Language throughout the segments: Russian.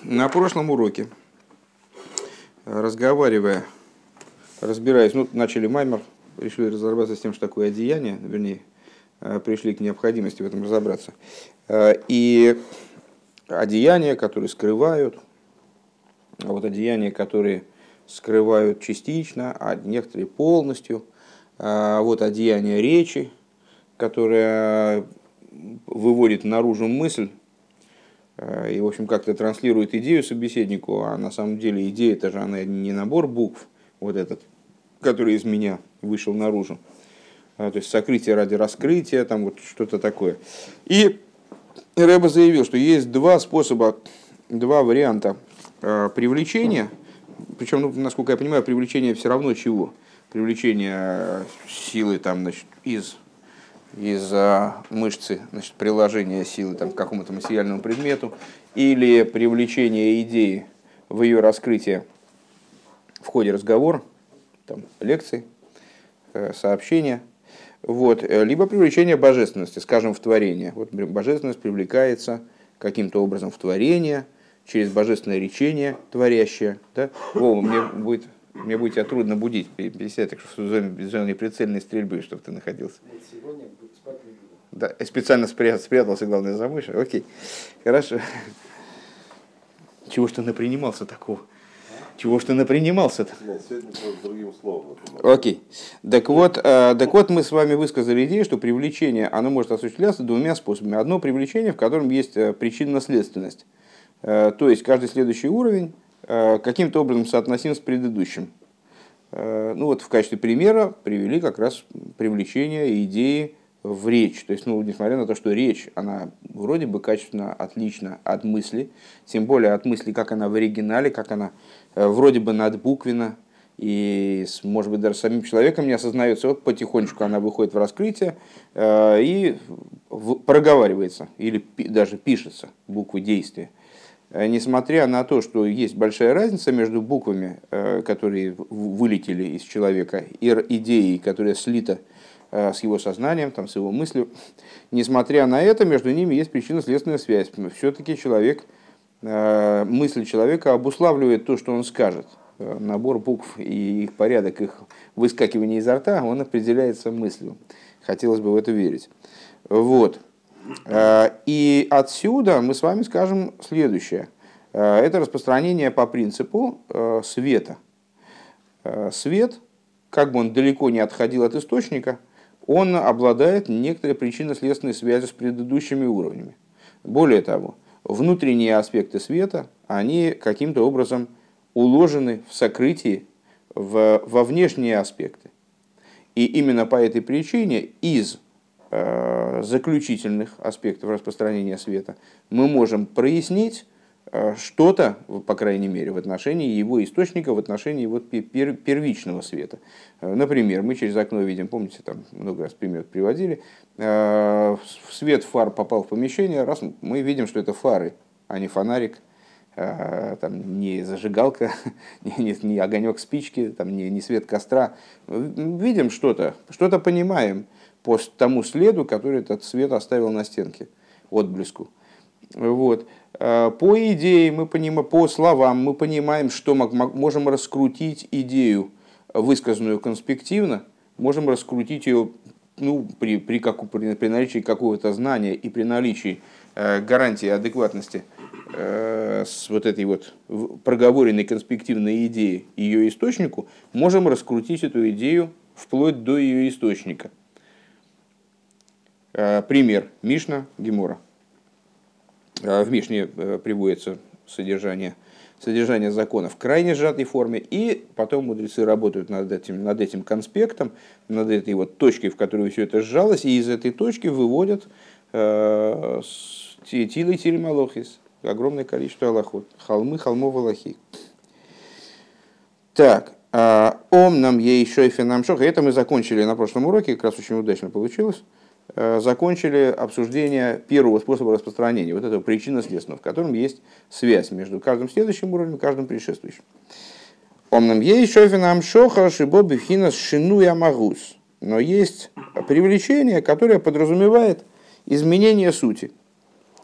На прошлом уроке, разбираясь, начали маймер, решили разобраться с тем, что такое одеяние, вернее, пришли к необходимости в этом разобраться. И одеяния, которые скрывают, а вот одеяния, которые скрывают частично, а некоторые полностью, вот одеяние речи, которое выводит наружу мысль, и, в общем, как-то транслирует идею собеседнику, а на самом деле идея это же она не набор букв, вот этот, который из меня вышел наружу, то есть сокрытие ради раскрытия, там вот что-то такое. И Ребе заявил, что есть два способа, два варианта привлечения, причем, насколько я понимаю, привлечение все равно чего? Привлечение силы там, значит, из мышцы, значит, приложение силы там, к какому-то материальному предмету, или привлечение идеи в ее раскрытие в ходе разговора, там, лекций, сообщения, вот, либо привлечение божественности, скажем, в творение. Вот божественность привлекается каким-то образом в творение, через божественное речение творящее. Да? Мне будет тебя трудно будить, пересядь, так что в зоне прицельной стрельбы, чтобы ты находился. Сегодня спать не буду. Да, я специально спрятался, главное, за мышью. Окей, хорошо. Чего ж ты напринимался такого? Чего ж ты напринимался-то? Нет, сегодня просто другим словом. Окей. Так вот, мы с вами высказали идею, что привлечение, оно может осуществляться двумя способами. Одно привлечение, в котором есть причинно-следственность. То есть каждый следующий уровень каким-то образом соотносим с предыдущим. Ну вот в качестве примера привели как раз привлечение идеи в речь. То есть, несмотря на то, что речь, она вроде бы качественно отлична от мысли, тем более от мысли, как она в оригинале, как она вроде бы надбуквенна, и, может быть, даже самим человеком не осознается, вот потихонечку она выходит в раскрытие и проговаривается, или даже пишется буквы действия. Несмотря на то, что есть большая разница между буквами, которые вылетели из человека, и идеей, которая слита с его сознанием, там, с его мыслью, несмотря на это, между ними есть причинно-следственная связь. Все-таки мысль человека обуславливает то, что он скажет. Набор букв и их порядок, их выскакивание изо рта, он определяется мыслью. Хотелось бы в это верить. Вот. И отсюда мы с вами скажем следующее. Это распространение по принципу света. Свет, как бы он далеко не отходил от источника, он обладает некоторой причинно-следственной связью с предыдущими уровнями. Более того, внутренние аспекты света, они каким-то образом уложены в сокрытии во внешние аспекты. И именно по этой причине из заключительных аспектов распространения света мы можем прояснить что-то, по крайней мере, в отношении его источника, в отношении его первичного света. Например, мы через окно видим, помните, там много раз пример приводили, свет фар попал в помещение, раз мы видим, что это фары, а не фонарик, там, не зажигалка, не огонек спички, там, не свет костра. Видим что-то понимаем по тому следу, который этот свет оставил на стенке, отблеску. Вот. По идее, по словам мы понимаем, что можем раскрутить идею, высказанную конспективно, можем раскрутить ее при наличии какого-то знания и при наличии гарантии адекватности с вот этой вот проговоренной конспективной идеей ее источнику, можем раскрутить эту идею вплоть до ее источника. Пример. Мишна, Гемора. В Мишне приводится содержание закона в крайне сжатой форме, и потом мудрецы работают над этим конспектом, над этой вот точкой, в которую все это сжалось, и из этой точки выводят тилы малохис, огромное количество алахот, холмов алахи. Так, ом нам ей шойфе нам шох, это мы закончили на прошлом уроке, как раз очень удачно получилось. Закончили обсуждение первого способа распространения, вот этого причинно-следственного, в котором есть связь между каждым следующим уровнем и каждым предшествующим. Омнам ей шофинам шоха шибоби хинас шинуя магус. Но есть привлечение, которое подразумевает изменение сути.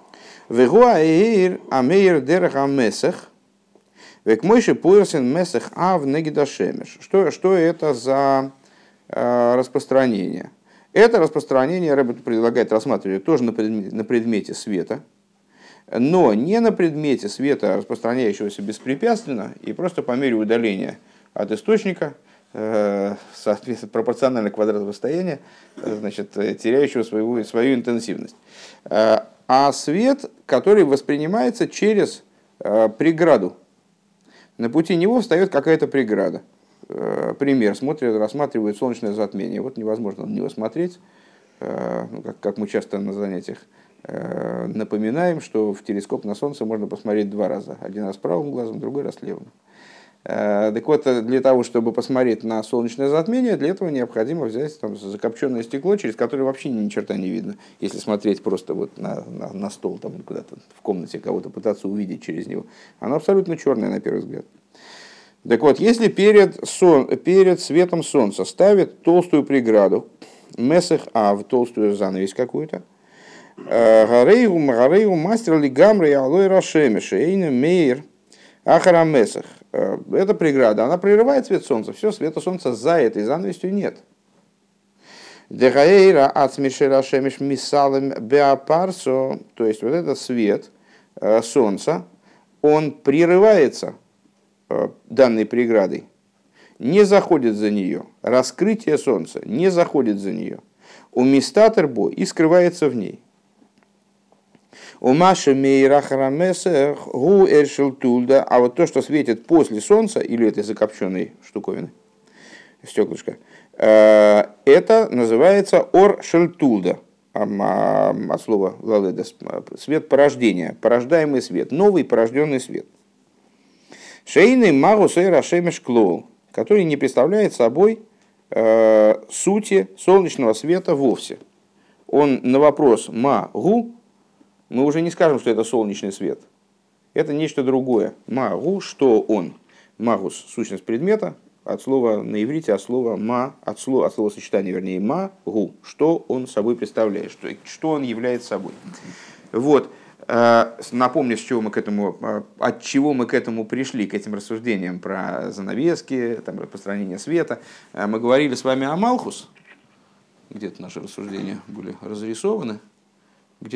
Вегуаир амеир дерех амесех. Век мойши поерсен месех ав негидашемеш. Что это за распространение? Это распространение Рэбе предлагает рассматривать тоже на предмете света, но не на предмете света, распространяющегося беспрепятственно и просто по мере удаления от источника, соответственно, пропорционально квадрату расстояния, значит, теряющего свою интенсивность. А свет, который воспринимается через преграду. На пути него встает какая-то преграда. Пример. Рассматривают солнечное затмение. Вот невозможно на него смотреть. Как мы часто на занятиях напоминаем, что в телескоп на Солнце можно посмотреть 2 раза. Один раз правым глазом, другой раз левым. Так вот, для того, чтобы посмотреть на солнечное затмение, для этого необходимо взять там закопченное стекло, через которое вообще ни черта не видно. Если смотреть просто вот на стол, там, куда-то в комнате кого-то пытаться увидеть через него. Оно абсолютно черное на первый взгляд. Так вот, если перед светом солнца ставят толстую преграду, месех ав, толстую занавесь какую-то, гарейгу мастер лигамры алой рашемеш, эйна мейр ахара месех. Эта преграда, она прерывает свет солнца. Все, света солнца за этой занавесью нет. Дехаэйра ацмишера шемеш мисалем беапарсо, то есть вот этот свет солнца, он прерывается данной преградой, не заходит за нее. Раскрытие солнца не заходит за нее. У мистатербо и скрывается в ней. У Маши Мейрахарамесех гу эршилтульда, а вот то, что светит после солнца, или этой закопченной штуковины, стеклышко, это называется ор шельтульда, от слова лаледес, свет порождения, порождаемый свет, новый порожденный свет. Шейный магус эйрашемеш клоу, который не представляет собой сути солнечного света вовсе. Он на вопрос магу, мы уже не скажем, что это солнечный свет. Это нечто другое. Магу, что он? Магус, сущность предмета, от слова на иврите, от слова ма, от словосочетания, вернее, магу, что он собой представляет, что он является собой. Вот. Напомню, от чего мы к этому пришли, к этим рассуждениям про занавески, там, распространение света. Мы говорили с вами о Малхус. Где-то наши рассуждения были разрисованы. Но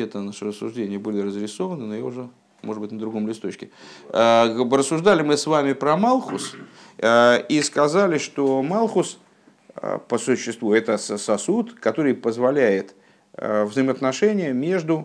я уже, может быть, на другом листочке. Рассуждали мы с вами про Малхус и сказали, что Малхус по существу это сосуд, который позволяет взаимоотношения между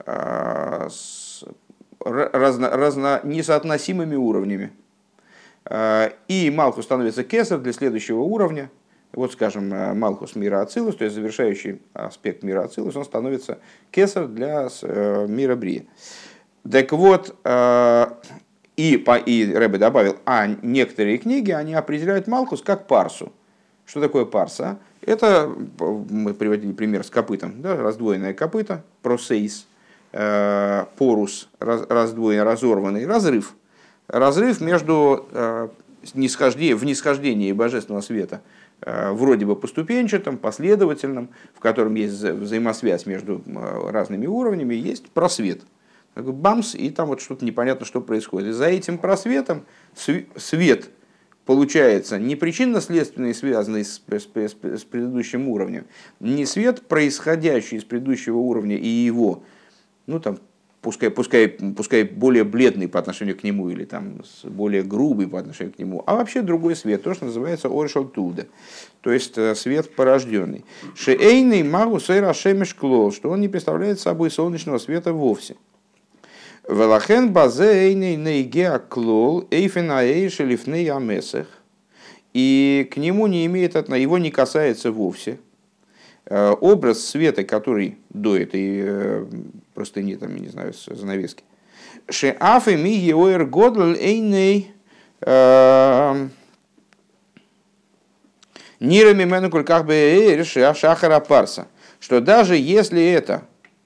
несоотносимыми уровнями. И Малхус становится кесар для следующего уровня. Вот, скажем, Малхус мира Ацилус, то есть завершающий аспект мира Ацилус, он становится кесар для мира Брия. Так вот, и Ребе добавил, а некоторые книги, они определяют Малхус как парсу. Что такое парса? Это, мы приводили пример с копытом, да, раздвоенное копыто, просейс, порус, раздвоенный, разорванный, разрыв. Разрыв между в нисхождении божественного света, вроде бы поступенчатым, последовательным, в котором есть взаимосвязь между разными уровнями, есть просвет. Бамс, и там вот что-то непонятно, что происходит. И за этим просветом свет получается не причинно-следственный, связанный с предыдущим уровнем, не свет, происходящий из предыдущего уровня и его, ну там, пускай более бледный по отношению к нему или там, более грубый по отношению к нему, а вообще другой свет, то, что называется оршал туда, то есть свет порожденный. Шеэйный магу сэйра шемеш клол, что он не представляет собой солнечного света вовсе. Велахен базейный нейгеа клол эйфенаэйш лифней амесех, и к нему не имеет, его не касается вовсе образ света, который до этой простыни, там, не знаю, занавески. Шеафи ми еоэр годль эйней нирами мену кульках бэйр шахара парса. Что даже если это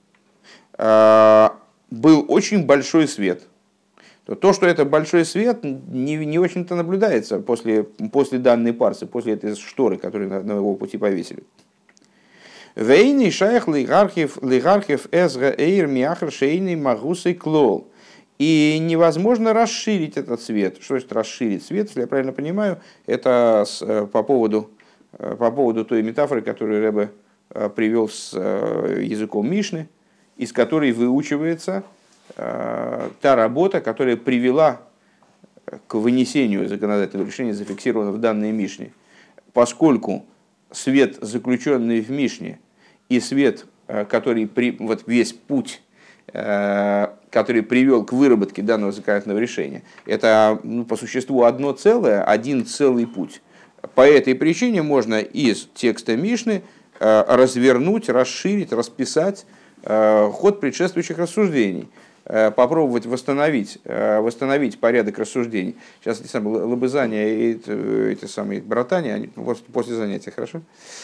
был очень большой свет, то, что это большой свет, не очень-то наблюдается после данной парсы, после этой шторы, которую на его пути повесили. Вейни шайх лигархив эзга эйр миахр шейный магусый клол. И невозможно расширить этот свет. Что значит расширить свет? Если я правильно понимаю, это по поводу той метафоры, которую Ребе привел с языком Мишны, из которой выучивается та работа, которая привела к вынесению законодательного решения, зафиксированного в данной Мишне. Поскольку свет, заключенный в Мишне, и свет, который вот весь путь, который привел к выработке данного законодательного решения, это по существу одно целое, один целый путь. По этой причине можно из текста Мишны развернуть, расширить, расписать ход предшествующих рассуждений, попробовать восстановить порядок рассуждений. Сейчас эти самые лобызания и эти самые братания, они после занятия, хорошо?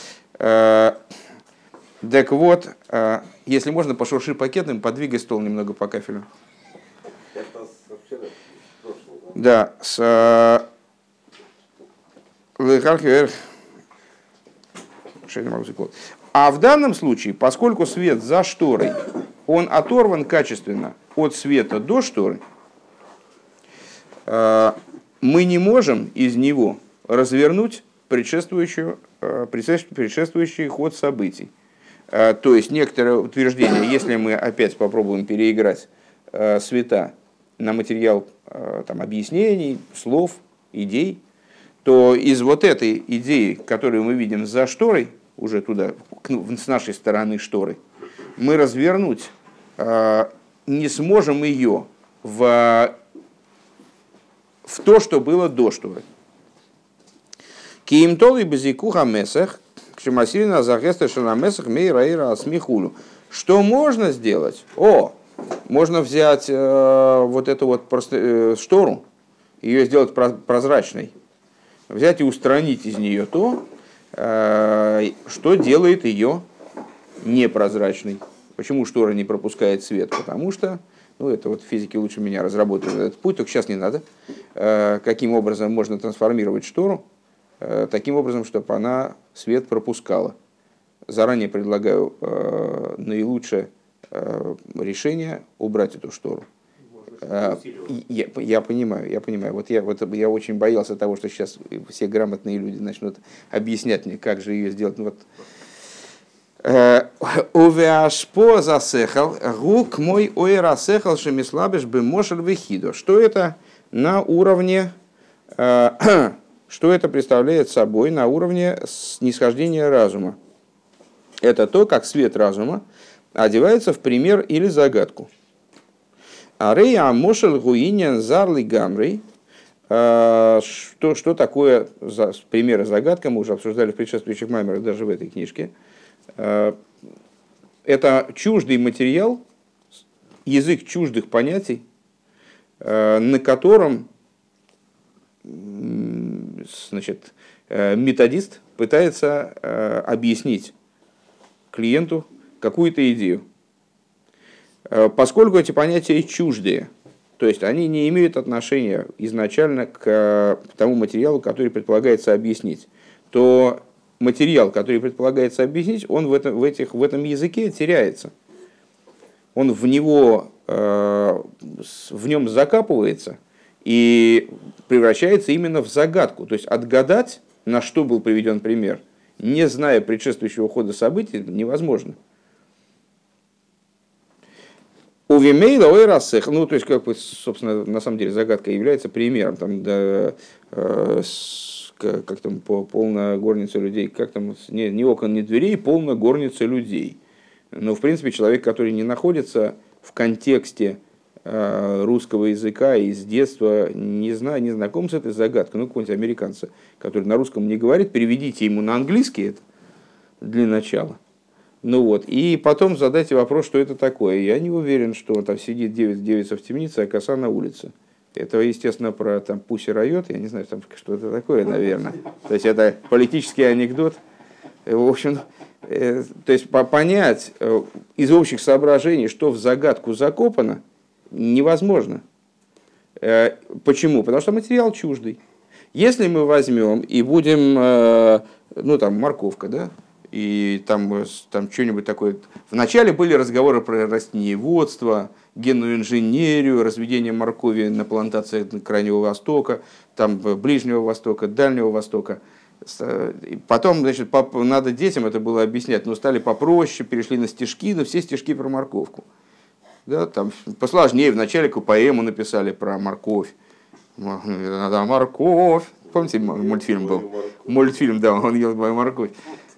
Так вот, если можно, пошурши пакетом, подвигай стол немного по кафелю. Да, с а в данном случае, поскольку свет за шторой, он оторван качественно от света до шторы, мы не можем из него развернуть предшествующий ход событий. То есть некоторое утверждение, если мы опять попробуем переиграть света на материал объяснений, слов, идей, то из вот этой идеи, которую мы видим за шторой, уже туда, с нашей стороны шторы, мы развернуть не сможем ее в то, что было до шторы. Киимтол и базикуха месах, кшемасирина загеста шанамесах мейраира асмихулю. Что можно сделать? Можно взять вот эту вот штору, ее сделать прозрачной, взять и устранить из нее то, что делает ее непрозрачной. Почему штора не пропускает свет? Потому что, это вот физики лучше меня разработали этот путь, только сейчас не надо. Каким образом можно трансформировать штору? Таким образом, чтобы она свет пропускала. Заранее предлагаю наилучшее решение убрать эту штору. Я понимаю. Вот я очень боялся того, что сейчас все грамотные люди начнут объяснять мне, как же ее сделать. Увеашпо засехал, гук мой ойрасехал, шемислабеш бы мошель вехидо. Что это на уровне, что это представляет собой на уровне снисхождения разума? Это то, как свет разума одевается в пример или загадку. Арея мошель гуиньян зарли гамрей. Что такое пример и загадка, мы уже обсуждали в предшествующих маймерах, даже в этой книжке. Это чуждый материал, язык чуждых понятий, на котором методист пытается объяснить клиенту какую-то идею. Поскольку эти понятия чуждые, то есть они не имеют отношения изначально к тому материалу, который предполагается объяснить, то материал, который предполагается объяснить, он в этом языке теряется. Он в нем закапывается и превращается именно в загадку. То есть отгадать, на что был приведен пример, не зная предшествующего хода событий, невозможно. У Вимейла ойрасех, то есть, собственно, на самом деле загадка является примером, как там полная горница людей, как там, ни окон, ни дверей, полная горница людей. Но, в принципе, человек, который не находится в контексте русского языка и с детства не знаком с этой загадкой, какой-нибудь американца, который на русском не говорит, переведите ему на английский это для начала. И потом задайте вопрос, что это такое. Я не уверен, что он там сидит девица в темнице, а коса на улице. Это, естественно, про Pussy Riot, я не знаю, что это такое, наверное. То есть это политический анекдот. В общем, то есть понять из общих соображений, что в загадку закопано, невозможно. Почему? Потому что материал чуждый. Если мы возьмем и будем, морковка, да? и там что-нибудь такое. Вначале были разговоры про растениеводство, генную инженерию, разведение моркови на плантациях Крайнего Востока, там Ближнего Востока, Дальнего Востока. Потом, значит, надо детям это было объяснять, но стали попроще, перешли на стишки, но все стишки про морковку. Да, там посложнее, вначале поэму написали про морковь. Морковь. Помните, мультфильм был? Мультфильм, да, он ел мою морковь.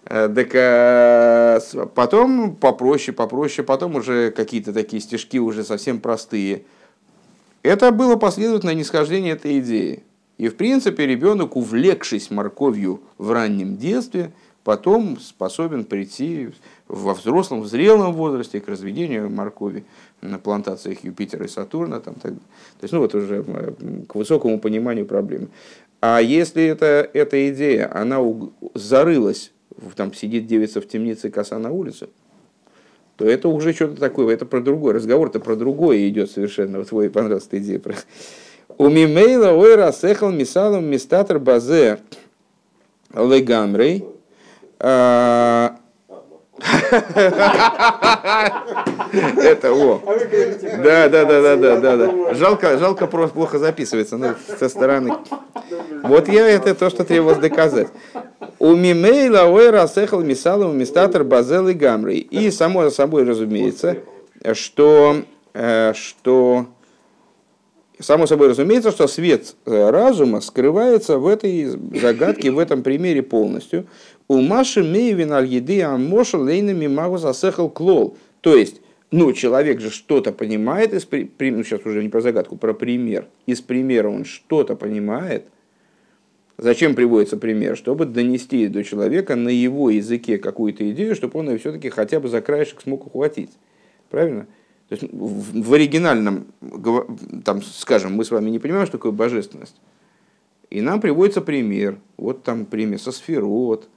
Так потом попроще, потом уже какие-то такие стишки уже совсем простые. Это было последовательное нисхождение этой идеи. И в принципе ребенок, увлекшись морковью в раннем детстве, потом способен прийти во взрослом, в зрелом возрасте к разведению моркови на плантациях Юпитера и Сатурна. То есть, вот уже к высокому пониманию проблемы. А если эта идея, она зарылась, там сидит девица в темнице, коса на улице, то это уже что-то такое, это про другое. Разговор-то про другое идет совершенно. Вот твой понравилась эта идея. У мимейла ойра сехал мисалом мистатор базе легамрей. Это Да. Жалко, просто плохо записывается, со стороны. Вот это то, что требовалось доказать. У мимейла ойра сехал мисалом мистатор базе легамрей. И само собой разумеется, что свет разума скрывается в этой загадке, в этом примере полностью. У Маши Мейвин аль-Еды Амоша Лейнами Магус Асехал Клол. То есть, человек же что-то понимает, сейчас уже не про загадку, про пример. Из примера он что-то понимает. Зачем приводится пример? Чтобы донести до человека на его языке какую-то идею, чтобы он ее все-таки хотя бы за краешек смог ухватить. Правильно? То есть в оригинальном, там, скажем, мы с вами не понимаем, что такое божественность. И нам приводится пример. Вот там пример со сферот,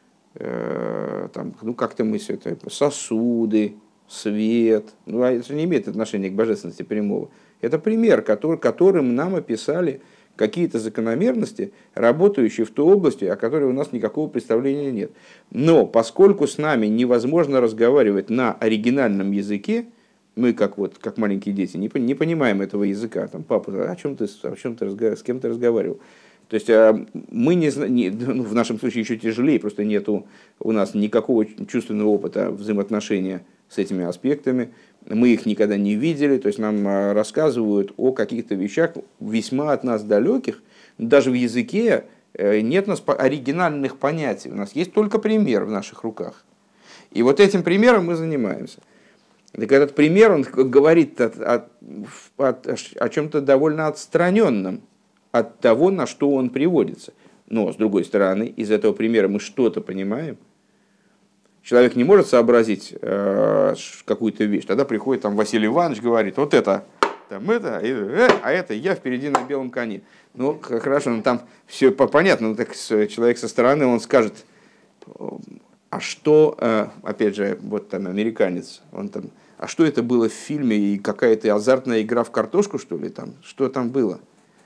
как-то мы все это, сосуды, свет. Это не имеет отношения к божественности прямого. Это пример, которым нам описали какие-то закономерности, работающие в той области, о которой у нас никакого представления нет. Но поскольку с нами невозможно разговаривать на оригинальном языке, мы, как маленькие дети, не понимаем этого языка. Там, папа, с кем ты разговаривал? То есть мы в нашем случае еще тяжелее, просто нету у нас никакого чувственного опыта взаимоотношения с этими аспектами. Мы их никогда не видели, то есть нам рассказывают о каких-то вещах весьма от нас далеких. Даже в языке нет у нас оригинальных понятий, у нас есть только пример в наших руках. И вот этим примером мы занимаемся. Так этот пример, он говорит о чем-то довольно отстраненном от того, на что он приводится. Но, с другой стороны, из этого примера мы что-то понимаем. Человек не может сообразить какую-то вещь. Тогда приходит там Василий Иванович, говорит, вот это, а это я впереди на белом коне. Хорошо, там все понятно, так человек со стороны, он скажет, а что, опять же, вот там американец, он там, а что это было в фильме, и какая-то азартная игра в картошку, что ли, там, что там было?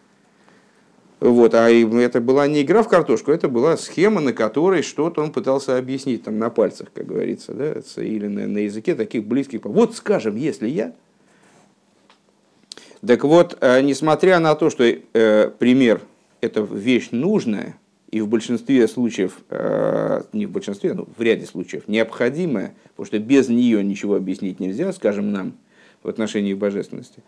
А это была не игра в картошку, это была схема, на которой что-то он пытался объяснить там, на пальцах, как говорится, да, или на языке таких близких. Вот, скажем, если я... Так вот, несмотря на то, что пример – это вещь нужная, и в большинстве случаев, не в большинстве, но в ряде случаев необходимая, потому что без нее ничего объяснить нельзя, скажем, нам в отношении божественности,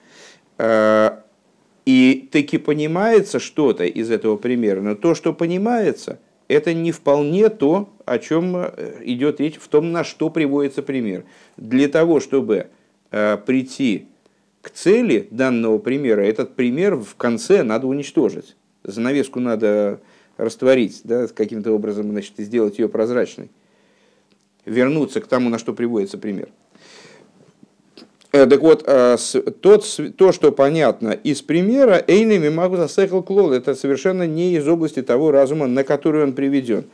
и таки понимается что-то из этого примера, но то, что понимается, это не вполне то, о чем идет речь, в том, на что приводится пример. Для того, чтобы прийти к цели данного примера, этот пример в конце надо уничтожить. Занавеску надо растворить, да, каким-то образом, значит, сделать ее прозрачной. Вернуться к тому, на что приводится пример. Так вот, то, что понятно из примера, «Эйнами магу засехал клол», это совершенно не из области того разума, на который он приведен.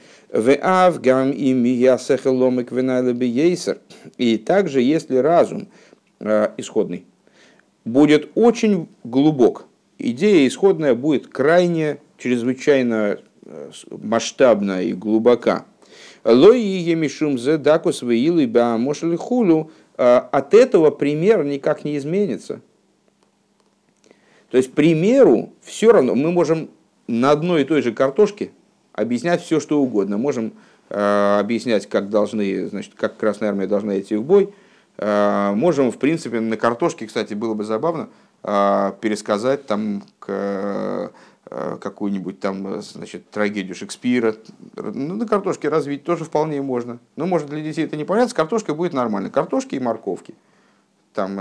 И также, если разум исходный будет очень глубок, идея исходная будет крайне, чрезвычайно масштабна и глубока. Лой емишум зе дакус веилы баамошли хулу. От этого пример никак не изменится. То есть примеру все равно мы можем на одной и той же картошке объяснять все, что угодно. Можем объяснять, как должны, значит, как Красная Армия должна идти в бой. Можем, в принципе, на картошке, кстати, было бы забавно пересказать там какую-нибудь там, значит, трагедию Шекспира. Ну, на картошке развить тоже вполне можно. Но, может, для детей это не понятно, с картошкой будет нормально. Картошки и морковки. Там,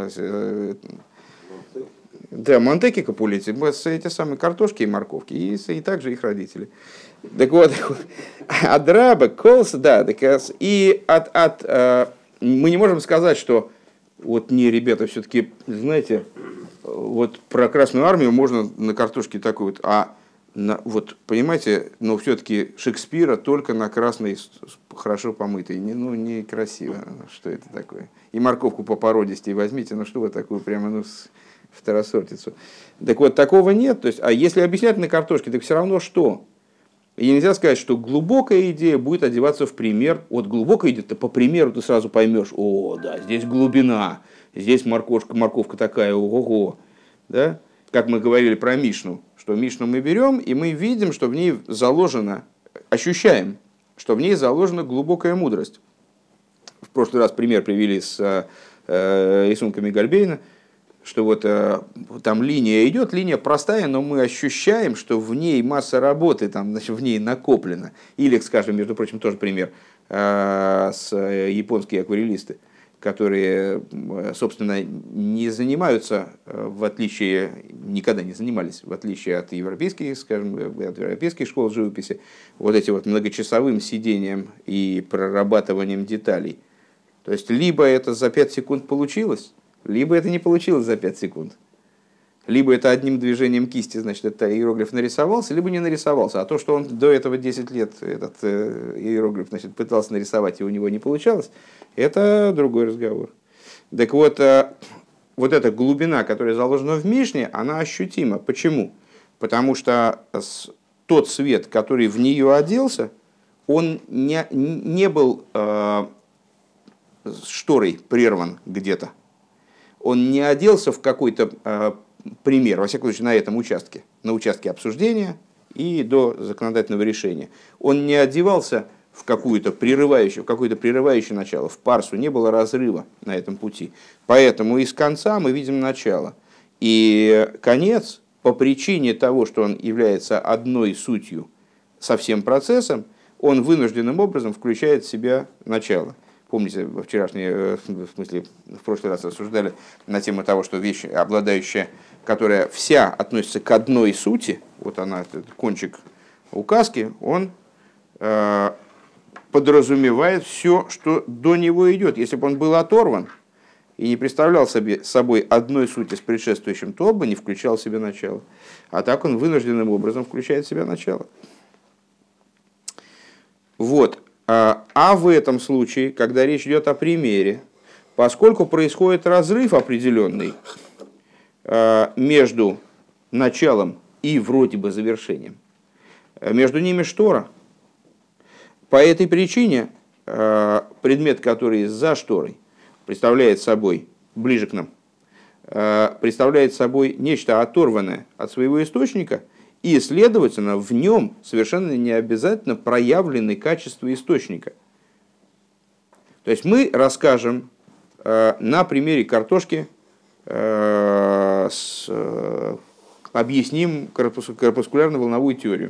да, Монтеки Капулетти, эти самые картошки и морковки, и также их родители. Так вот, Адраба, Колс, да, и мы не можем сказать, что вот не, ребята, все-таки, знаете, вот про Красную Армию можно на картошке такой вот, вот, понимаете, но все-таки Шекспира только на красной, хорошо помытой, некрасиво, что это такое. И морковку по породистей возьмите, что вы такую прямо, второсортицу. Так вот, такого нет, то есть, а если объяснять на картошке, так все равно что? И нельзя сказать, что глубокая идея будет одеваться в пример. Вот глубокая идея, по примеру ты сразу поймешь, да, здесь глубина, здесь морковка такая, ого-го. Да? Как мы говорили про Мишну, что Мишну мы берем, и мы видим, что в ней заложено, ощущаем, что в ней заложена глубокая мудрость. В прошлый раз пример привели с рисунками Гальбейна, что вот там линия идет, линия простая, но мы ощущаем, что в ней масса работы, там, значит, в ней накоплено. Или, скажем, между прочим, тоже пример с японские акварелисты, которые, собственно, не занимаются, никогда не занимались, в отличие от европейских, скажем, от европейских школ живописи, вот этим вот многочасовым сидением и прорабатыванием деталей. То есть, либо это за 5 секунд получилось, либо это не получилось за 5 секунд. Либо это одним движением кисти, значит, этот иероглиф нарисовался, либо не нарисовался. А то, что он до этого 10 лет этот иероглиф, значит, пытался нарисовать, и у него не получалось, это другой разговор. Так вот, вот эта глубина, которая заложена в Мишне, она ощутима. Почему? Потому что тот свет, который в нее оделся, он не был шторой прерван где-то. Он не оделся в какой-то пример, во всяком случае, на этом участке, на участке обсуждения и до законодательного решения. Он не одевался в какое-то прерывающее начало, в парсу, не было разрыва на этом пути. Поэтому из конца мы видим начало. И конец, по причине того, что он является одной сутью со всем процессом, он вынужденным образом включает в себя начало. Помните, в прошлый раз рассуждали на тему того, что вещь, обладающая, которая вся относится к одной сути, вот она, этот кончик указки, он подразумевает все, что до него идет. Если бы он был оторван и не представлял собой одной сути с предшествующим, то бы не включал в себя начало. А так он вынужденным образом включает в себя начало. Вот. А в этом случае, когда речь идет о примере, поскольку происходит разрыв определенный между началом и вроде бы завершением, между ними штора, по этой причине предмет, который за шторой, представляет собой, ближе к нам, представляет собой нечто оторванное от своего источника, и, следовательно, в нем совершенно не обязательно проявлены качества источника. То есть мы расскажем на примере картошки, объясним корпускулярно-волновую теорию.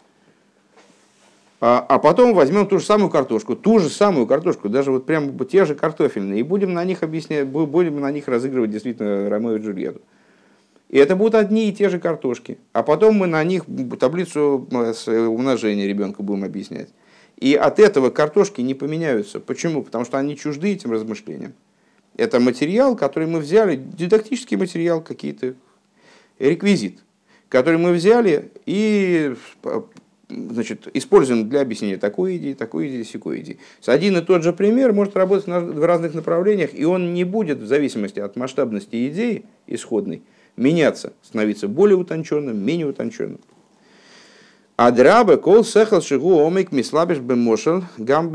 А потом возьмем ту же самую картошку, даже вот прямо те же картофельные, и будем на них объяснять, будем на них разыгрывать действительно Ромео и Джульетту. И это будут одни и те же картошки. А потом мы на них таблицу умножения ребенку будем объяснять. И от этого картошки не поменяются. Почему? Потому что они чужды этим размышлениям. Это материал, который мы взяли, дидактический материал, какие-то реквизит, который мы взяли и, значит, используем для объяснения такой идеи, сякой идеи. Один и тот же пример может работать в разных направлениях, и он не будет, в зависимости от масштабности идеи исходной, меняться, становиться более утонченным, менее утонченным. Адрабе кол сехал шигу омик мислабиш бемошел гам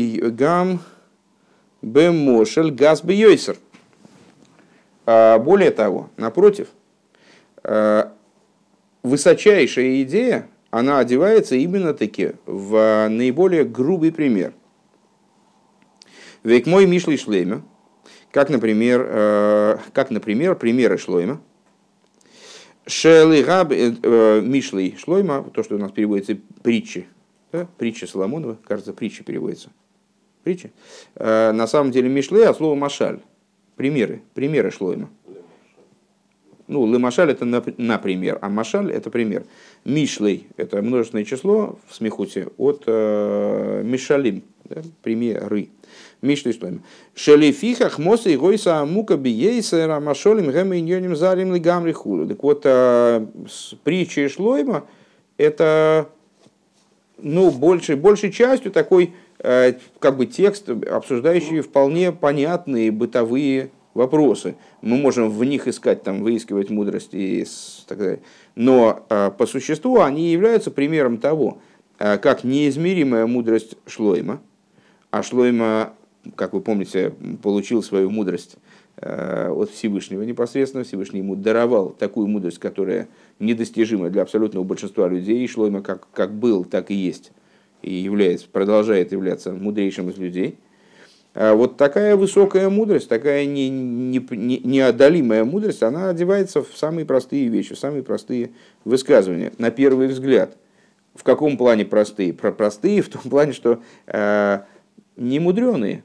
бемошел газ бейойсер. Более того, напротив, высочайшая идея, она одевается именно таки в наиболее грубый пример. Век мой мишлей шлейма, как, например, примеры шлойма. Шелигаб мишлей шлойма, то, что у нас переводится притчи, да? Притча Соломонова, кажется, притча переводится. Притча. На самом деле мишлей от слова машаль. Примеры шлойма. Ну, лемашаль это например, а машаль это пример. Мишлей это множественное число в смехуте от мишалим, да? Примеры. Мишлей шлойма. Шелифихах моса и гойса амука биейсера машолим гэмэйньоним зарим лигамри хулу. Так вот, притча шлойма это, ну, большей частью такой как бы текст, обсуждающий вполне понятные бытовые вопросы. Мы можем в них искать, там, выискивать мудрость и так далее. Но по существу они являются примером того, как неизмеримая мудрость шлойма, а шлойма, как вы помните, получил свою мудрость от Всевышнего непосредственно. Всевышний ему даровал такую мудрость, которая недостижима для абсолютного большинства людей. И шлойма как был, так и есть. И продолжает являться мудрейшим из людей. Вот такая высокая мудрость, такая неодолимая мудрость, она одевается в самые простые вещи, в самые простые высказывания, на первый взгляд. В каком плане простые? Простые в том плане, что немудреные,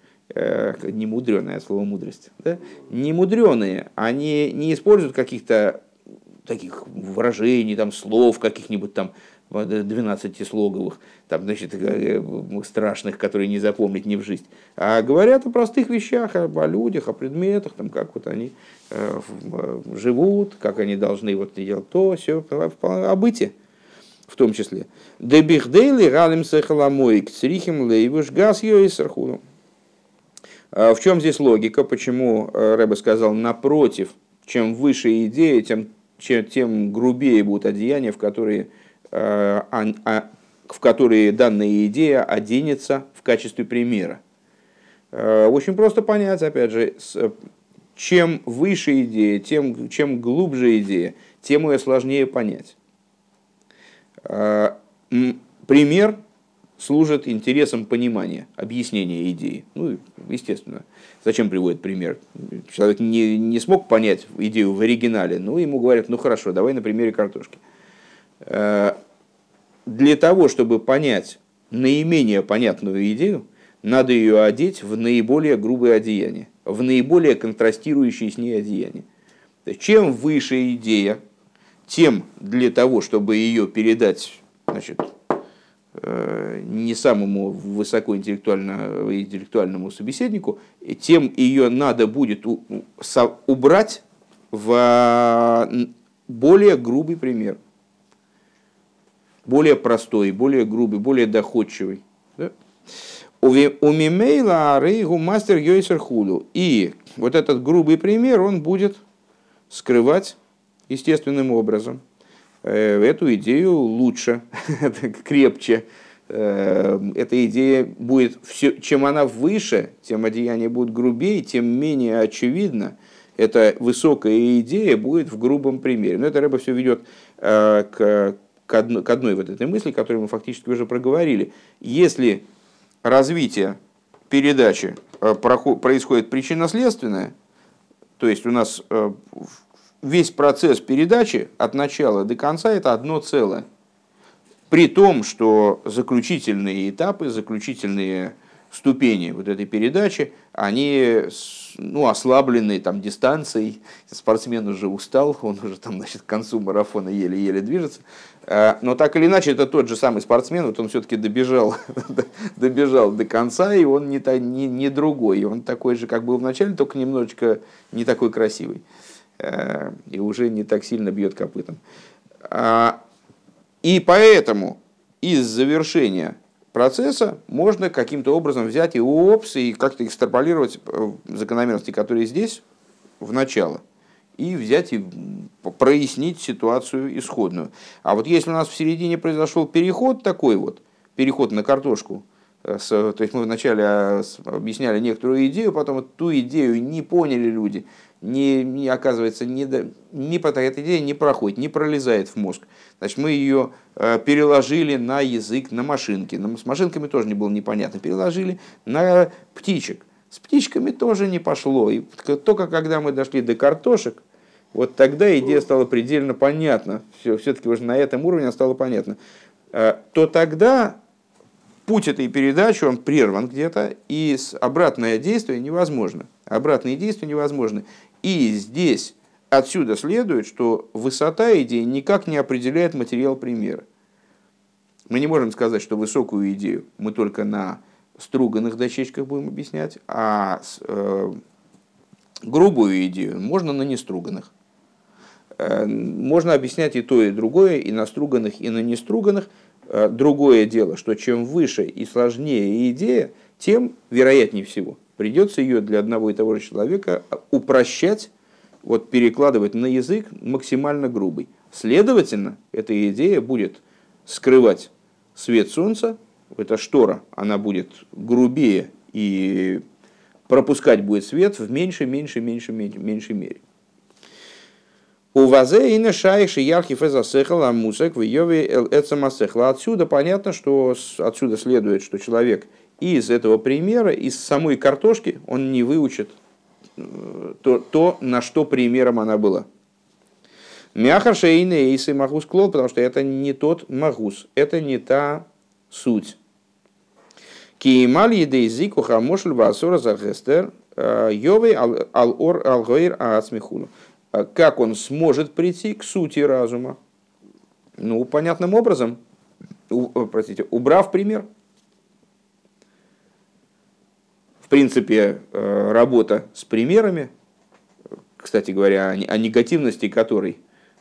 слово мудрость, да? Немудреные, они не используют каких-то таких выражений, там, слов каких-нибудь там 12-слоговых, там, значит, страшных, которые не запомнить ни в жизнь, а говорят о простых вещах, о людях, о предметах, там, как вот они живут, как они должны вот делать то, все, о быте в том числе. Дебихдейли галим сехаламоик црихим лейвуш газ йойсархуну. В чем здесь логика? Почему Рэбе сказал, напротив, чем выше идея, тем грубее будут одеяния, в которые данная идея оденется в качестве примера. Очень просто понять, опять же, чем выше идея, чем глубже идея, тем ее сложнее понять. Пример служит интересам понимания, объяснения идеи. Ну, естественно, зачем приводит пример? Человек не смог понять идею в оригинале, ну, ему говорят, ну хорошо, давай на примере картошки. Для того, чтобы понять наименее понятную идею, надо ее одеть в наиболее грубое одеяние, в наиболее контрастирующие с ней одеяния. Чем выше идея, тем для того, чтобы ее передать, значит, не самому высокоинтеллектуальному собеседнику, тем ее надо будет убрать в более грубый пример. Более простой, более грубый, более доходчивый. У мимейла рейгу мастер йойсер худу. И вот этот грубый пример, он будет скрывать естественным образом эту идею лучше, крепче. Эта идея будет, чем она выше, тем одеяние будет грубее, тем менее очевидно. Эта высокая идея будет в грубом примере. Но это Рэбе все ведет к одной вот этой мысли, которую мы фактически уже проговорили. Если развитие передачи происходит причинно-следственное, то есть у нас весь процесс передачи от начала до конца это одно целое. При том, что заключительные этапы, заключительные ступени вот этой передачи, они ослаблены там, дистанцией. Спортсмен уже устал, он уже там, значит, к концу марафона еле-еле движется. Но так или иначе, это тот же самый спортсмен, вот он все-таки добежал до конца, и он не другой. Он такой же, как был в начале, только немножечко не такой красивый. И уже не так сильно бьет копытом. И поэтому из завершения процесса можно каким-то образом взять и как-то экстраполировать закономерности, которые здесь, в начало. и взять и прояснить ситуацию исходную. А вот если у нас в середине произошел переход такой вот, переход на картошку, то есть мы вначале объясняли некоторую идею, потом вот ту идею не поняли люди, оказывается, эта идея не проходит, не пролезает в мозг. Значит, мы ее переложили на язык, на машинки. С машинками тоже не было непонятно. Переложили на птичек. С птичками тоже не пошло. И только когда мы дошли до картошек, вот тогда идея стала предельно понятна. Все-таки уже на этом уровне стало понятно. То тогда путь этой передачи, он прерван где-то, и обратное действие невозможно. Обратные действия невозможны. И здесь отсюда следует, что высота идеи никак не определяет материал примера. Мы не можем сказать, что высокую идею мы только на струганных дощечках будем объяснять, а грубую идею можно на неструганных. Можно объяснять и то, и другое, и на струганных, и на неструганных. Другое дело, что чем выше и сложнее идея, тем, вероятнее всего, придется ее для одного и того же человека упрощать, вот, перекладывать на язык максимально грубый. Следовательно, эта идея будет скрывать свет солнца, эта штора, она будет грубее и пропускать будет свет в меньшей мере. У вазе и на шайши яркий фезасехал амусек в йове эцамасехла. Отсюда понятно, что отсюда следует, что человек из этого примера, из самой картошки, он не выучит то, на что примером она была. Мяхар шейна эйсы магус клол, потому что это не тот магус, это не та суть. Киемаль едей зику хамошль ваасора захестер йове ал-ор ал-гоир аацмихуну. Как он сможет прийти к сути разума? Ну, понятным образом, убрав пример. В принципе, работа с примерами, кстати говоря, о негативности которой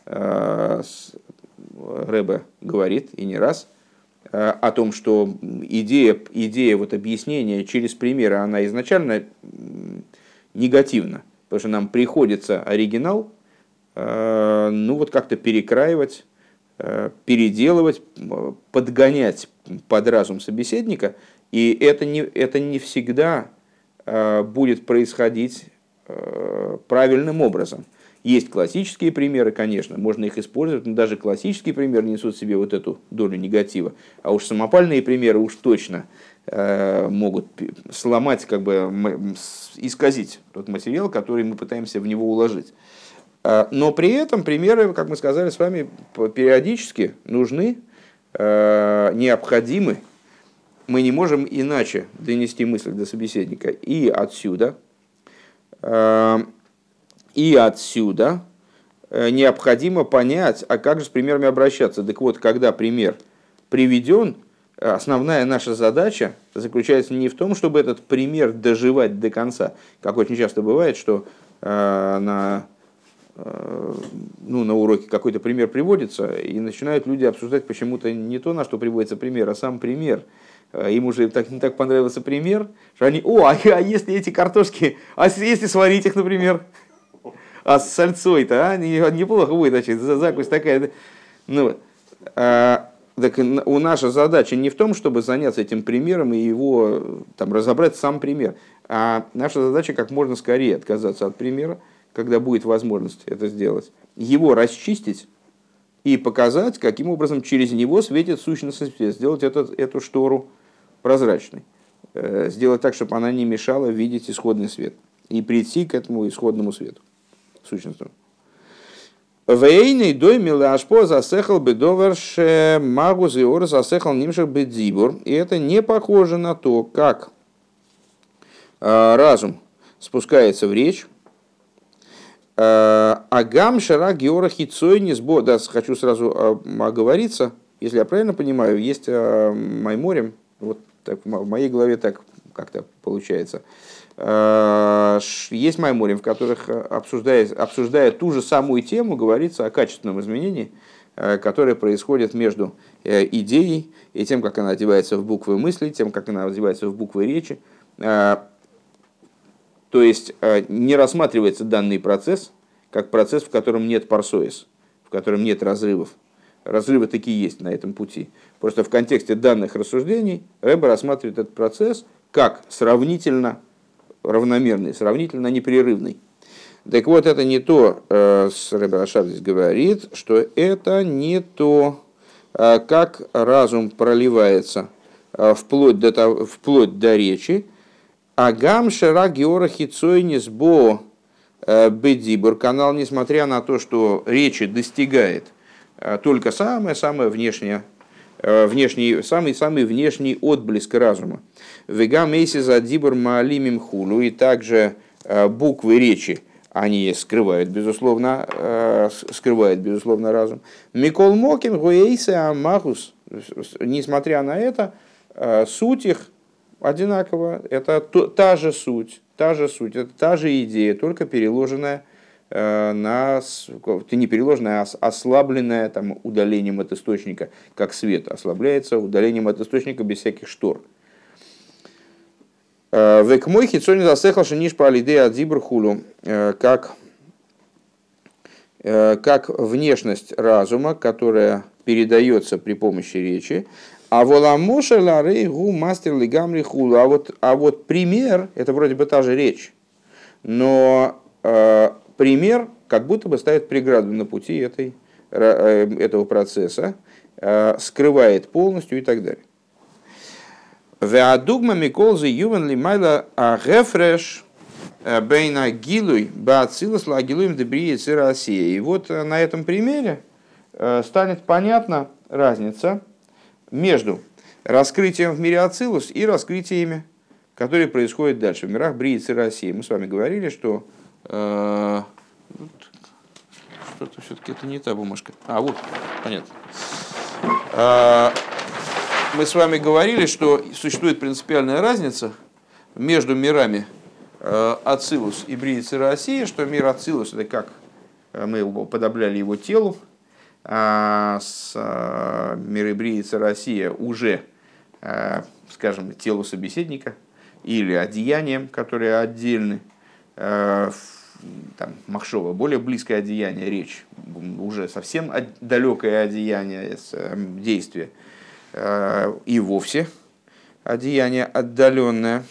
Ребе говорит и не раз, о том, что идея вот объяснения через примеры, она изначально негативна. Потому что нам приходится оригинал, ну вот как-то перекраивать, переделывать, подгонять под разум собеседника, и это не всегда будет происходить правильным образом. Есть классические примеры, конечно, можно их использовать, но даже классические примеры несут в себе вот эту долю негатива, а уж самопальные примеры уж точно могут сломать, как бы исказить тот материал, который мы пытаемся в него уложить. Но при этом примеры, как мы сказали с вами, периодически нужны, необходимы. Мы не можем иначе донести мысль до собеседника. И отсюда необходимо понять, а как же с примерами обращаться. Так вот, когда пример приведен, основная наша задача заключается не в том, чтобы этот пример доживать до конца. Как очень часто бывает, что на уроке какой-то пример приводится, и начинают люди обсуждать почему-то не то, на что приводится пример, а сам пример. Им уже не так понравился пример, что они, а если эти картошки, а если сварить их, например, а с сальцой-то, неплохо будет, значит, закусь такая. Так наша задача не в том, чтобы заняться этим примером и его разобрать сам пример, а наша задача как можно скорее отказаться от примера, когда будет возможность это сделать, его расчистить и показать, каким образом через него светит сущностный свет, сделать эту штору прозрачной, сделать так, чтобы она не мешала видеть исходный свет и прийти к этому исходному свету, сущностному. Вейный дой милашпо засехал бедоверш магус и ор засехал нимших бедзибур. И это не похоже на то, как разум спускается в речь. Агам шара геора хицой низбо. Да, хочу сразу оговориться, если я правильно понимаю, есть майморим, вот так, в моей голове так как-то получается. Есть майморим, в которых, обсуждая ту же самую тему, говорится о качественном изменении, которое происходит между идеей и тем, как она одевается в буквы мысли, тем, как она одевается в буквы речи. То есть не рассматривается данный процесс как процесс, в котором нет парсоис, в котором нет разрывов. Разрывы такие есть на этом пути. Просто в контексте данных рассуждений Ребе рассматривает этот процесс как сравнительно равномерный, сравнительно непрерывный. Так вот, это не то, Ребе Рашаб здесь говорит, что это не то, как разум проливается вплоть до речи, Агам шера геора хицойнис бо бедибур канал, несмотря на то, что речи достигает только самое-самое внешнее, самый внешний отблеск разума. Вега мейси за дибур маалимим хулу, и также буквы речи, они скрывают, безусловно, разум. Микол моким гуэйсе амахус, несмотря на это, суть их одинаково, это та же суть, это та же идея, только переложенная не переложенная, а ослабленная там, удалением от источника, как свет ослабляется удалением от источника без всяких штор. Век мой хитсони засехал шиниш по алидея адзибр хулу, как внешность разума, которая передается при помощи речи. А воламоша ларей гу мастер лигамри хулу. А вот пример, это вроде бы та же речь, но пример как будто бы ставит преграду на пути этого процесса, скрывает полностью и так далее. Веадугма миколзы ювен лимайла агефреш бейна гилуй баацилус лагилуем дебрии цирасия. И вот на этом примере станет понятна разница между раскрытием в мире Ацилус и раскрытиями, которые происходят дальше в мирах Брии Цирасии. Мы с вами говорили, что что-то все-таки это не та бумажка. Вот, понятно. Мы с вами говорили, что существует принципиальная разница между мирами Ацилус и Брии Цирасии, что мир Ацилус это как мы уподобляли его телу, а с миры Брии Цирасия уже, скажем, телу собеседника или одеянием, которые отдельны. Там, махшова, более близкое одеяние, речь, уже совсем далекое одеяние, действие, и вовсе одеяние отдаленное.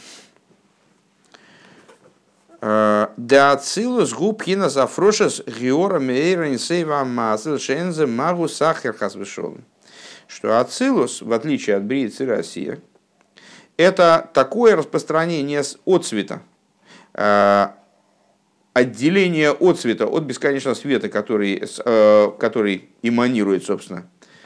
Да ацилус губхина зафрошес геора мейрен сейва мазл шензе магу сахер хасвешол. Что ацилус, в отличие от Брии Цирасия, это такое распространение отцвета, отделение отцвета от бесконечного света, который эманирует, собственно,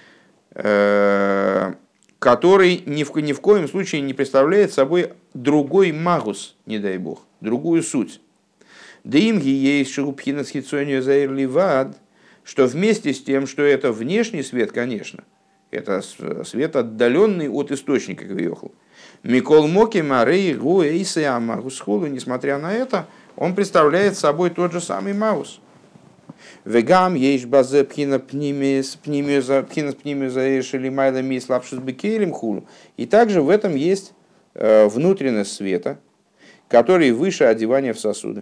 который ни в коем случае не представляет собой другой магус, не дай бог, другую суть. Димги есть шурупхина с хитсонию заирливад, что вместе с тем, что это внешний свет, конечно, это свет, отдаленный от источника Квиохл. Микол моки марей гу эйсе амагус хулу, несмотря на это, он представляет собой тот же самый маус. Вегам есть базе пхина пнимез заэшили майла мис лапшус бекелем хулу. И также в этом есть внутренность света, который выше одевания в сосуды.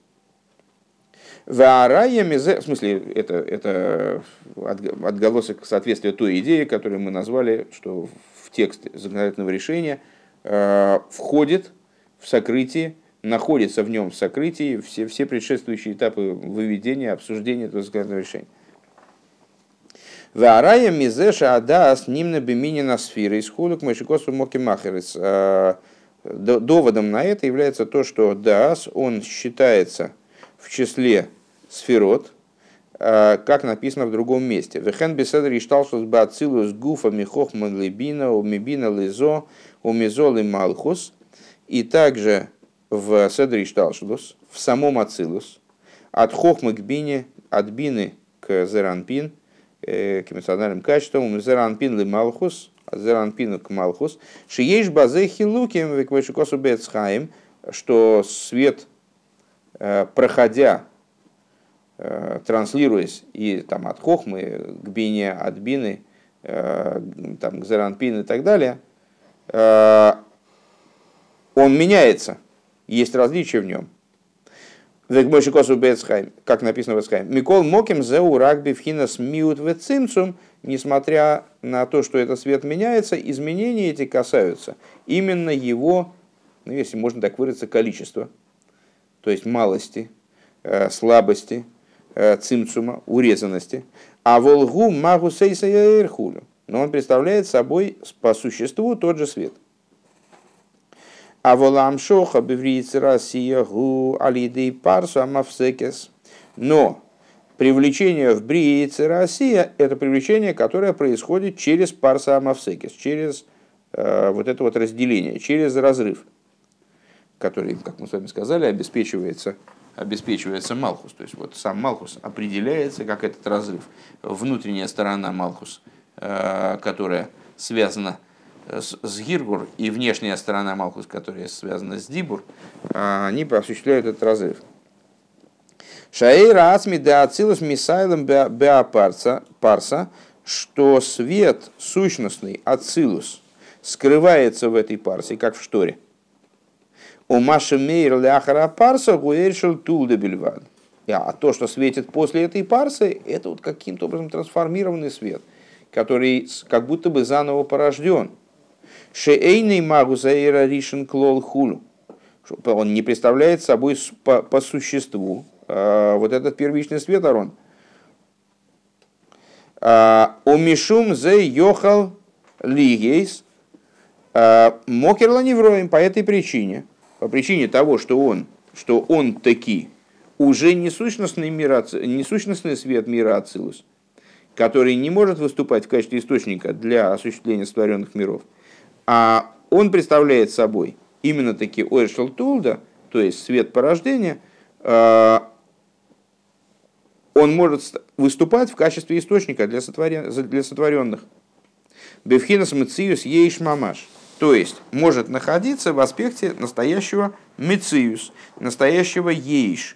В смысле, это отголосок соответствия той идее, которую мы назвали, что в текст законодательного решения входит в сокрытие, находится в нем в сокрытии все предшествующие этапы выведения, обсуждения этого законодательного решения. Ваарая мизеша адас нимна биминина сфера исходок мышикосу мокимахерис. Доводом на это является то, что даас, он считается в числе сферот, как написано в другом месте. Вехен беседри шталшус бацилус гуфа михох маглибина умибина лизо умизол и малхус. И также в седри шталшус, в самом ацилус, от хохмы к бине, от бины к зеранпин, к эмоциональным качествам, зеранпин ли малхус, от зеранпину к малхус, шиеш базе хилуким веквешикосу бецхаим, что свет, проходя, транслируясь и там, от хохмы к бине, от бины, там, к зеранпин и так далее, он меняется, есть различия в нем. как написано в Эцхайм. Микол моким зеу рагби вхинас миут вецимцум, несмотря на то, что этот свет меняется, изменения эти касаются именно его, ну, если можно так выразиться, количества, то есть малости, слабости, цимцума, урезанности. А волгу магу сейса яэрхулю. Но он представляет собой по существу тот же свет. А воламшоха бевриц Россия гу алидей парса мавсекес. Но привлечение в бриице Россия — это привлечение, которое происходит через парса мавсекес, через вот это вот разделение, через разрыв, который, как мы с вами сказали, обеспечивается Малхус. То есть вот сам Малхус определяется как этот разрыв. Внутренняя сторона Малхус, которая связана с Гиргур, и внешняя сторона Малхус, которая связана с Дибур, они осуществляют этот разрыв. Шаэйра ацми да ацилус мисайлом беапарса, что свет сущностный ацилус скрывается в этой парсе, как в шторе. У Маши Мейр ляхара парса гуэршил тулда бельвад. А то, что светит после этой парсы, это вот каким-то образом трансформированный свет, который как будто бы заново порожден. Шеэйный магу заэра ришен клол хулу. Он не представляет собой по существу вот этот первичный свет Арон. Умишум зе йохал лигейс мокерла невроем. По этой причине, по причине того, что он таки уже не сущностный свет мира Ацилус, который не может выступать в качестве источника для осуществления сотворенных миров, а он представляет собой именно таки Ойршел Тулда, то есть свет порождения, он может выступать в качестве источника для сотворенных. Бевхинас мециус ейш мамаш, то есть может находиться в аспекте настоящего мециус, настоящего ейш,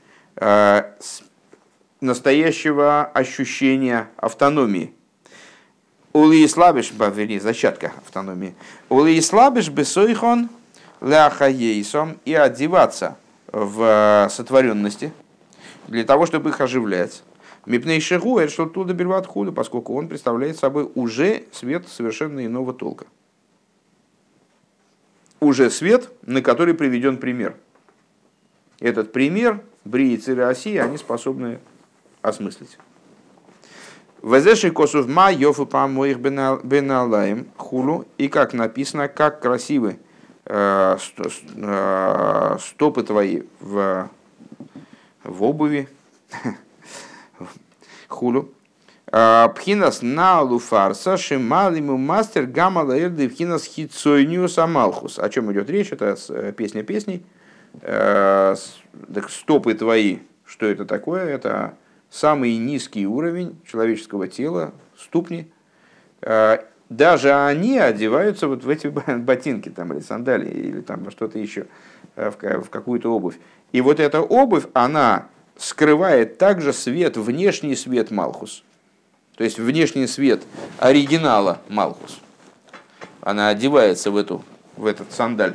настоящего ощущения автономии. Ули слабиш бавери, зачатка автономии. Ули слабиш бесойхон ляхаейсом, и одеваться в сотворенности для того, чтобы их оживлять. Мипней шигуэр, что туда бельват худу, поскольку он представляет собой уже свет совершенно иного толка. Уже свет, на который приведен пример. Этот пример бриицы России они способны осмыслить. Везеши косув ма йофу памоих беналаем хулу, и как написано, как красивы стопы твои в обуви хулу. Пхинас налу фарса шималиму мастер гамала эрды пхинас хитсойниус амалхус. О чем идет речь? Это песня песней. Стопы твои, что это такое? Это самый низкий уровень человеческого тела, ступни. Даже они одеваются вот в эти ботинки там, или сандалии, или там что-то еще, в какую-то обувь. И вот эта обувь, она скрывает также свет, внешний свет Малхус. То есть внешний свет оригинала Малхус. Она одевается в этот сандаль.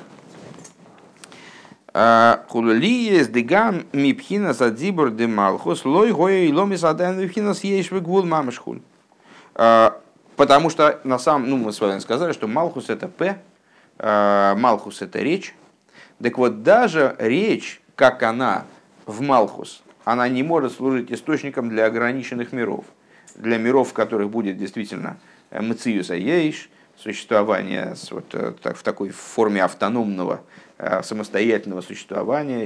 Куллиес дегам мипхина задибур де Малхус лой гоя и ломис адан мипхина съешь вегвул мамышхуль. Потому что мы с вами сказали, что Малхус это П, Малхус это речь. Так вот, даже речь, как она в Малхус, она не может служить источником для ограниченных миров. Для миров, в которых будет действительно мециюс аейш, существование в такой форме автономного, самостоятельного существования,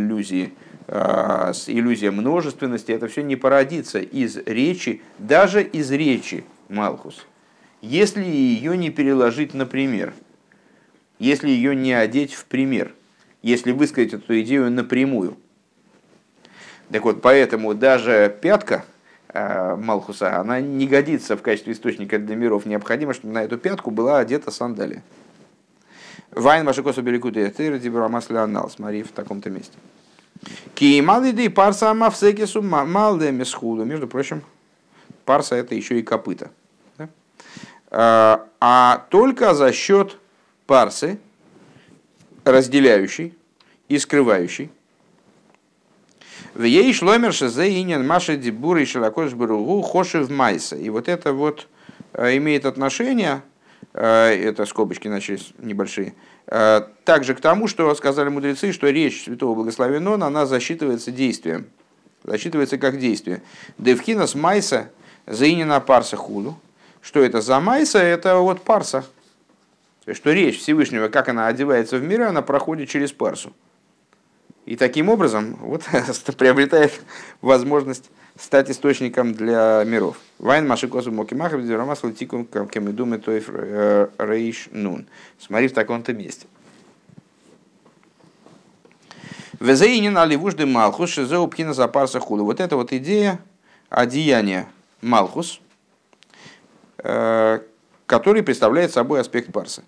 иллюзия множественности, это все не породится из речи, даже из речи Малхус. Если ее не переложить на пример, если ее не одеть в пример, если высказать эту идею напрямую. Так вот, поэтому даже пятка Малхуса, она не годится в качестве источника для миров. Необходимо, чтобы на эту пятку была одета сандалия. Вайн Машикосу Беликуты Этер Дибрамасля Анал, смотри, в таком-то месте. Киималиды парса амавсекису малде месхуду. Между прочим, парса это еще и копыта. А только за счет парсы, разделяющей и скрывающей. В ей шломер шезе инин маши дибуры шелакош баругу хошев майса. И вот это вот имеет отношение, это скобочки начались небольшие, также к тому, что сказали мудрецы, что речь святого благословенного, она засчитывается действием, засчитывается как действие. Девхинас майса заинена парса худу. Что это за майса? Это вот парса. То есть, что речь Всевышнего, как она одевается в мир, она проходит через парсу. И таким образом вот, приобретает возможность стать источником для миров. Вайн машикосу мокимахов дюрамас латикум кемедуме тойф рейш нун. Смотри в таком-то месте. Везеинин аливужды малхус шизеу пхина за парса худу. Вот эта вот идея одеяния малхус, который представляет собой аспект парса.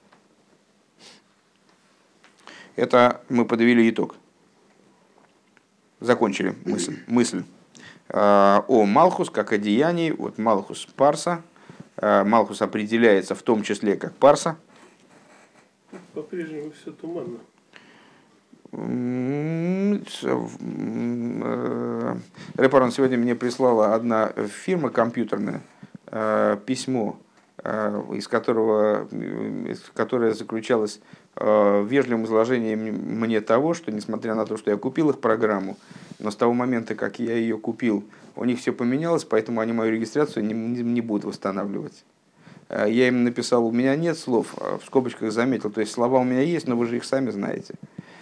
Это мы подвели итог. Закончили мысль о Малхус как о деянии. Вот Малхус парса. Малхус определяется в том числе как парса. По-прежнему все туманно. Репарон сегодня мне прислала одна фирма компьютерная письмо, которое заключалось в вежливом изложении мне того, что несмотря на то, что я купил их программу, но с того момента, как я ее купил, у них все поменялось, поэтому они мою регистрацию не будут восстанавливать. Я им написал, у меня нет слов, в скобочках заметил, то есть слова у меня есть, но вы же их сами знаете.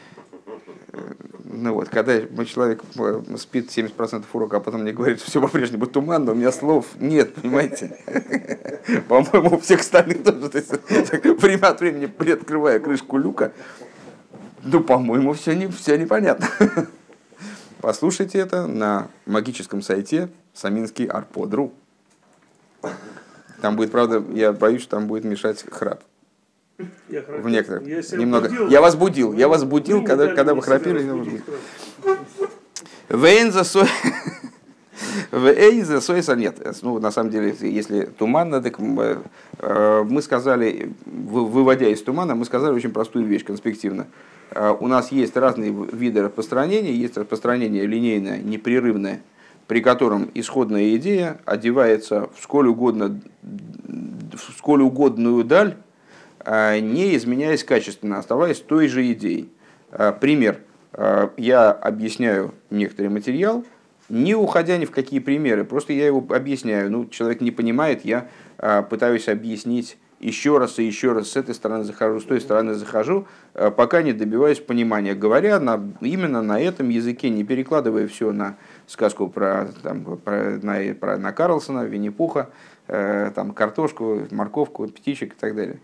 Ну вот, когда человек спит 70% урока, а потом мне говорит, что все по-прежнему туманно, у меня слов нет, понимаете? По-моему, у всех остальных тоже. То есть, время от времени приоткрывая крышку люка, ну, по-моему, все непонятно. Послушайте это на магическом сайте саминский арпод.ру. Там будет, правда, я боюсь, что там будет мешать храп. В некоторых. Немного. Я вас будил, когда вы храпели. Вейнза сойса нет. Ну, на самом деле, если туманно, так мы сказали, выводя из тумана, мы сказали очень простую вещь конспективно. У нас есть разные виды распространения. Есть распространение линейное, непрерывное, при котором исходная идея одевается в сколь угодную даль, не изменяясь качественно, оставаясь той же идеей. Пример. Я объясняю некоторый материал, не уходя ни в какие примеры, просто я его объясняю. Ну, человек не понимает, я пытаюсь объяснить еще раз и еще раз, с этой стороны захожу, с той стороны захожу, пока не добиваюсь понимания. Говоря именно на этом языке, не перекладывая все на сказку про Карлсона, Винни-Пуха, картошку, морковку, птичек и так далее.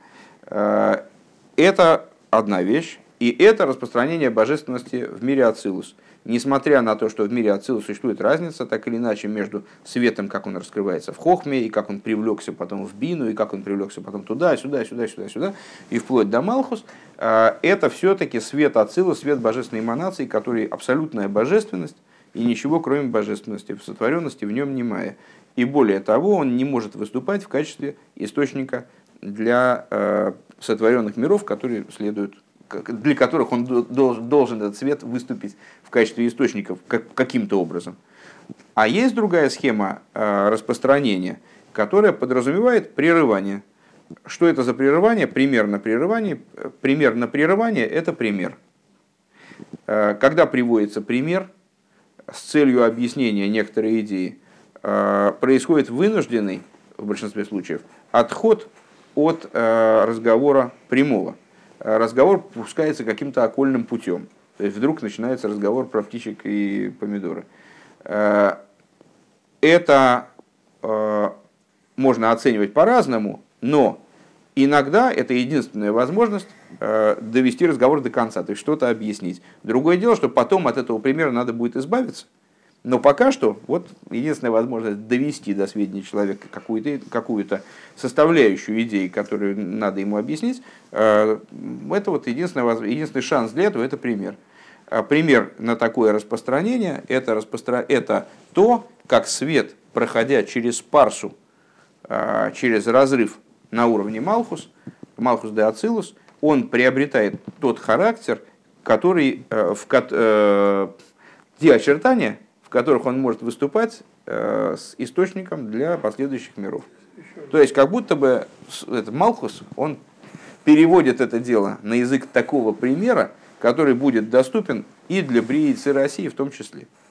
Это одна вещь, и это распространение божественности в мире Ацилус. Несмотря на то, что в мире Ацилус существует разница, так или иначе, между светом, как он раскрывается в Хохме, и как он привлекся потом в Бину, и как он привлекся потом туда, сюда, и вплоть до Малхус, это все-таки свет Ацилус, свет божественной эманации, который абсолютная божественность, и ничего, кроме божественности, в сотворенности в нем немая. И более того, он не может выступать в качестве источника для сотворенных миров, которые следуют, для которых он должен этот свет выступить в качестве источников каким-то образом. А есть другая схема распространения, которая подразумевает прерывание. Что это за прерывание? Пример на прерывание – это пример. Когда приводится пример с целью объяснения некоторой идеи, происходит вынужденный, в большинстве случаев, отход от разговора прямого. Разговор пускается каким-то окольным путем. То есть вдруг начинается разговор про птичек и помидоры. Это можно оценивать по-разному, но иногда это единственная возможность довести разговор до конца, то есть что-то объяснить. Другое дело, что потом от этого примера надо будет избавиться. Но пока что вот единственная возможность довести до сведения человека какую-то составляющую идеи, которую надо ему объяснить, это вот единственный шанс для этого – это пример. Пример на такое распространение – это то, как свет, проходя через парсу, через разрыв на уровне Малхус де Ацилус, он приобретает тот характер, который те очертания, в которых он может выступать с источником для последующих миров. То есть, как будто бы этот Малхус, он переводит это дело на язык такого примера, который будет доступен и для Брии Ци России в том числе.